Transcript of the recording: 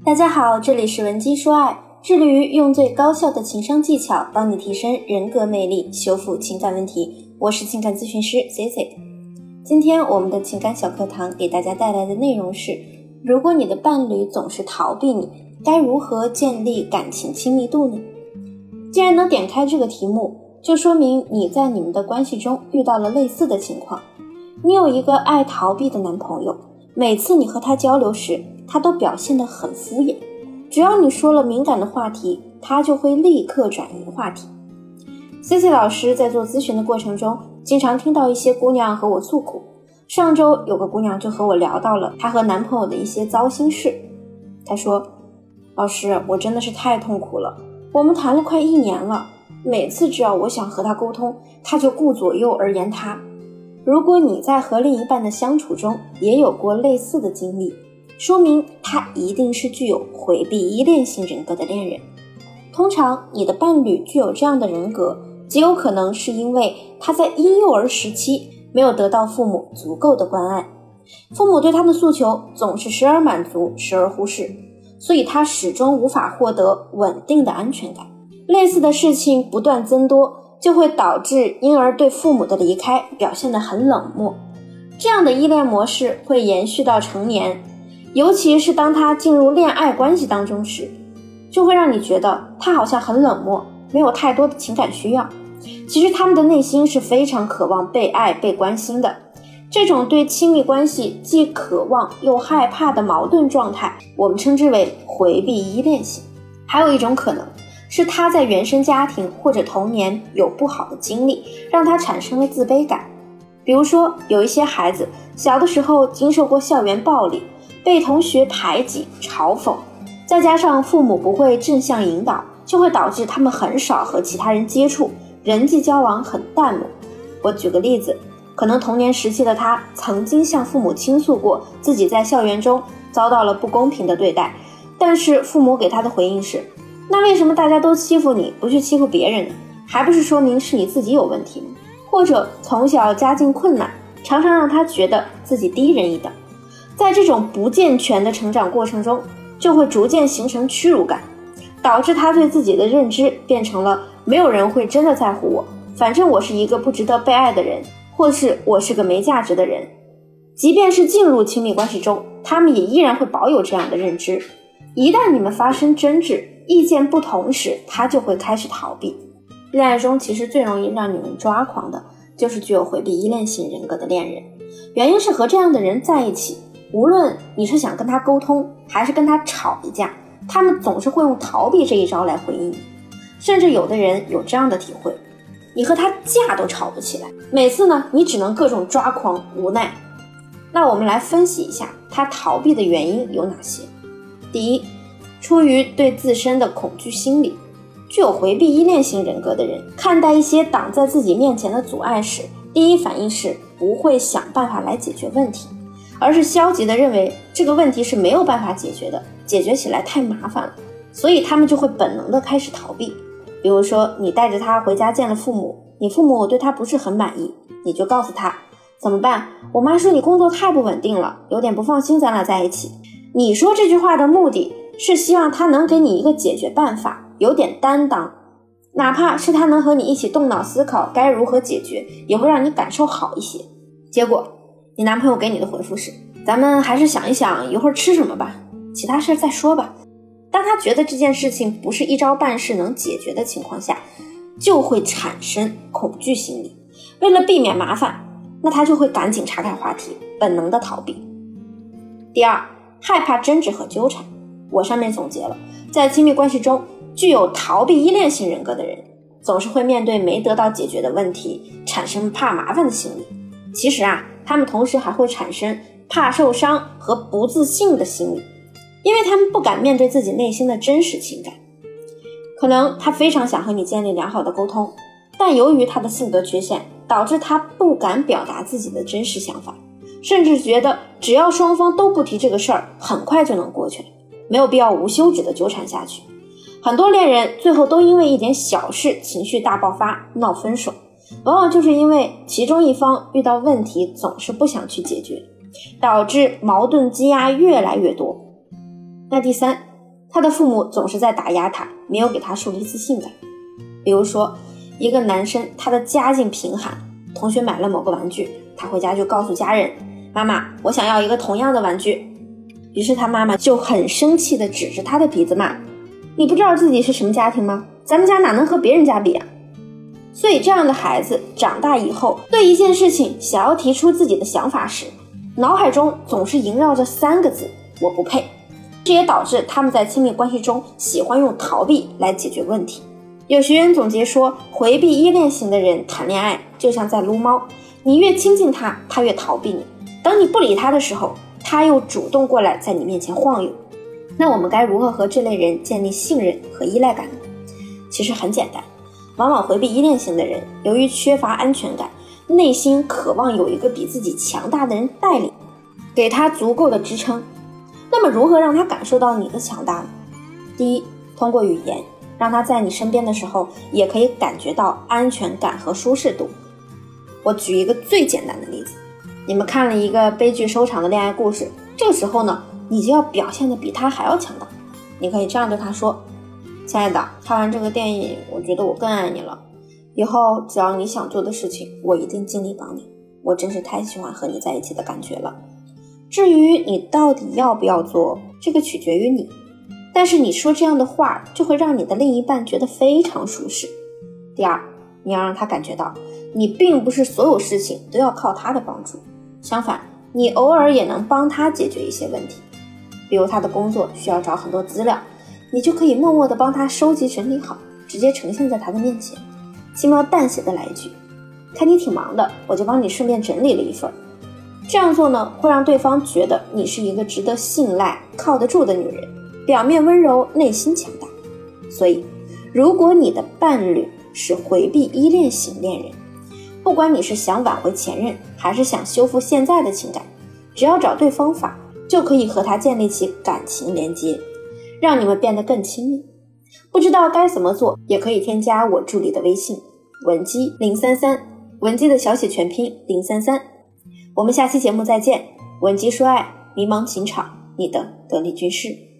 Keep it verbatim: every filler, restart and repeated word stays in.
大家好，这里是文姬说爱，致力于用最高效的情商技巧帮你提升人格魅力，修复情感问题。我是情感咨询师 C C。 今天我们的情感小课堂给大家带来的内容是，如果你的伴侣总是逃避你，该如何建立感情亲密度呢？既然能点开这个题目，就说明你在你们的关系中遇到了类似的情况。你有一个爱逃避的男朋友，每次你和他交流时，他都表现得很敷衍，只要你说了敏感的话题，他就会立刻转移话题。 C C 老师在做咨询的过程中，经常听到一些姑娘和我诉苦。上周有个姑娘就和我聊到了她和男朋友的一些糟心事。她说，老师，我真的是太痛苦了，我们谈了快一年了，每次只要我想和他沟通，他就顾左右而言他。如果你在和另一半的相处中也有过类似的经历，说明他一定是具有回避依恋型人格的恋人。通常你的伴侣具有这样的人格，极有可能是因为他在婴幼儿时期没有得到父母足够的关爱，父母对他的诉求总是时而满足，时而忽视，所以他始终无法获得稳定的安全感。类似的事情不断增多，就会导致婴儿对父母的离开表现得很冷漠。这样的依恋模式会延续到成年，尤其是当他进入恋爱关系当中时，就会让你觉得他好像很冷漠，没有太多的情感需要。其实他们的内心是非常渴望被爱、被关心的。这种对亲密关系既渴望又害怕的矛盾状态，我们称之为回避依恋型。还有一种可能是他在原生家庭或者童年有不好的经历，让他产生了自卑感。比如说，有一些孩子小的时候经受过校园暴力，被同学排挤、嘲讽，再加上父母不会正向引导，就会导致他们很少和其他人接触，人际交往很淡漠。我举个例子，可能童年时期的他曾经向父母倾诉过自己在校园中遭到了不公平的对待，但是父母给他的回应是，那为什么大家都欺负你，不去欺负别人呢？还不是说明是你自己有问题吗？或者从小家境困难，常常让他觉得自己低人一等。在这种不健全的成长过程中，就会逐渐形成屈辱感，导致他对自己的认知变成了没有人会真的在乎我，反正我是一个不值得被爱的人，或是我是个没价值的人。即便是进入亲密关系中，他们也依然会保有这样的认知。一旦你们发生争执，意见不同时，他就会开始逃避。恋爱中其实最容易让你们抓狂的就是具有回避依恋型人格的恋人，原因是和这样的人在一起，无论你是想跟他沟通还是跟他吵一架，他们总是会用逃避这一招来回应你。甚至有的人有这样的体会，你和他架都吵不起来，每次呢你只能各种抓狂无奈。那我们来分析一下他逃避的原因有哪些。第一，出于对自身的恐惧心理。具有回避依恋型人格的人，看待一些挡在自己面前的阻碍时，第一反应是不会想办法来解决问题，而是消极地认为这个问题是没有办法解决的，解决起来太麻烦了，所以他们就会本能地开始逃避。比如说，你带着他回家见了父母，你父母对他不是很满意，你就告诉他，怎么办？我妈说你工作太不稳定了，有点不放心咱俩在一起。你说这句话的目的是希望他能给你一个解决办法，有点担当，哪怕是他能和你一起动脑思考该如何解决，也会让你感受好一些。结果你男朋友给你的回复是，咱们还是想一想一会儿吃什么吧，其他事再说吧。当他觉得这件事情不是一招半式能解决的情况下，就会产生恐惧心理，为了避免麻烦，那他就会赶紧岔开话题，本能的逃避。第二，害怕争执和纠缠。我上面总结了，在亲密关系中，具有逃避依恋型人格的人，总是会面对没得到解决的问题，产生怕麻烦的心理。其实啊，他们同时还会产生怕受伤和不自信的心理，因为他们不敢面对自己内心的真实情感。可能他非常想和你建立良好的沟通，但由于他的性格缺陷，导致他不敢表达自己的真实想法，甚至觉得只要双方都不提这个事儿，很快就能过去了，没有必要无休止的纠缠下去。很多恋人最后都因为一点小事情绪大爆发闹分手，往往就是因为其中一方遇到问题总是不想去解决，导致矛盾积压越来越多。那第三， 他的父母总是在打压他，没有给他树立自信感。比如说，一个男生他的家境贫寒，同学买了某个玩具，他回家就告诉家人，妈妈，我想要一个同样的玩具。于是他妈妈就很生气地指着他的鼻子骂，你不知道自己是什么家庭吗？咱们家哪能和别人家比啊？所以这样的孩子长大以后，对一件事情想要提出自己的想法时，脑海中总是萦绕着三个字，我不配。这也导致他们在亲密关系中喜欢用逃避来解决问题。有学员总结说，回避依恋型的人谈恋爱就像在撸猫，你越亲近他，他越逃避你，等你不理他的时候，他又主动过来在你面前晃悠。那我们该如何和这类人建立信任和依赖感呢？其实很简单，往往回避依恋型的人，由于缺乏安全感，内心渴望有一个比自己强大的人带领，给他足够的支撑。那么如何让他感受到你的强大呢？第一，通过语言，让他在你身边的时候也可以感觉到安全感和舒适度。我举一个最简单的例子，你们看了一个悲剧收场的恋爱故事，这个时候呢，你就要表现得比他还要强大。你可以这样对他说，亲爱的，看完这个电影，我觉得我更爱你了，以后只要你想做的事情，我一定尽力帮你，我真是太喜欢和你在一起的感觉了。至于你到底要不要做，这个取决于你，但是你说这样的话就会让你的另一半觉得非常舒适。第二，你要让他感觉到你并不是所有事情都要靠他的帮助，相反，你偶尔也能帮他解决一些问题。比如他的工作需要找很多资料，你就可以默默地帮他收集整理好，直接呈现在他的面前，轻描淡写的来一句，看你挺忙的，我就帮你顺便整理了一份。这样做呢，会让对方觉得你是一个值得信赖、靠得住的女人，表面温柔，内心强大。所以，如果你的伴侣是回避依恋型恋人，不管你是想挽回前任，还是想修复现在的情感，只要找对方法，就可以和他建立起感情连接，让你们变得更亲密。不知道该怎么做，也可以添加我助理的微信文姬零三三，文姬的小写全拼零三三。我们下期节目再见，文姬说爱，迷茫情场，你的得力军师。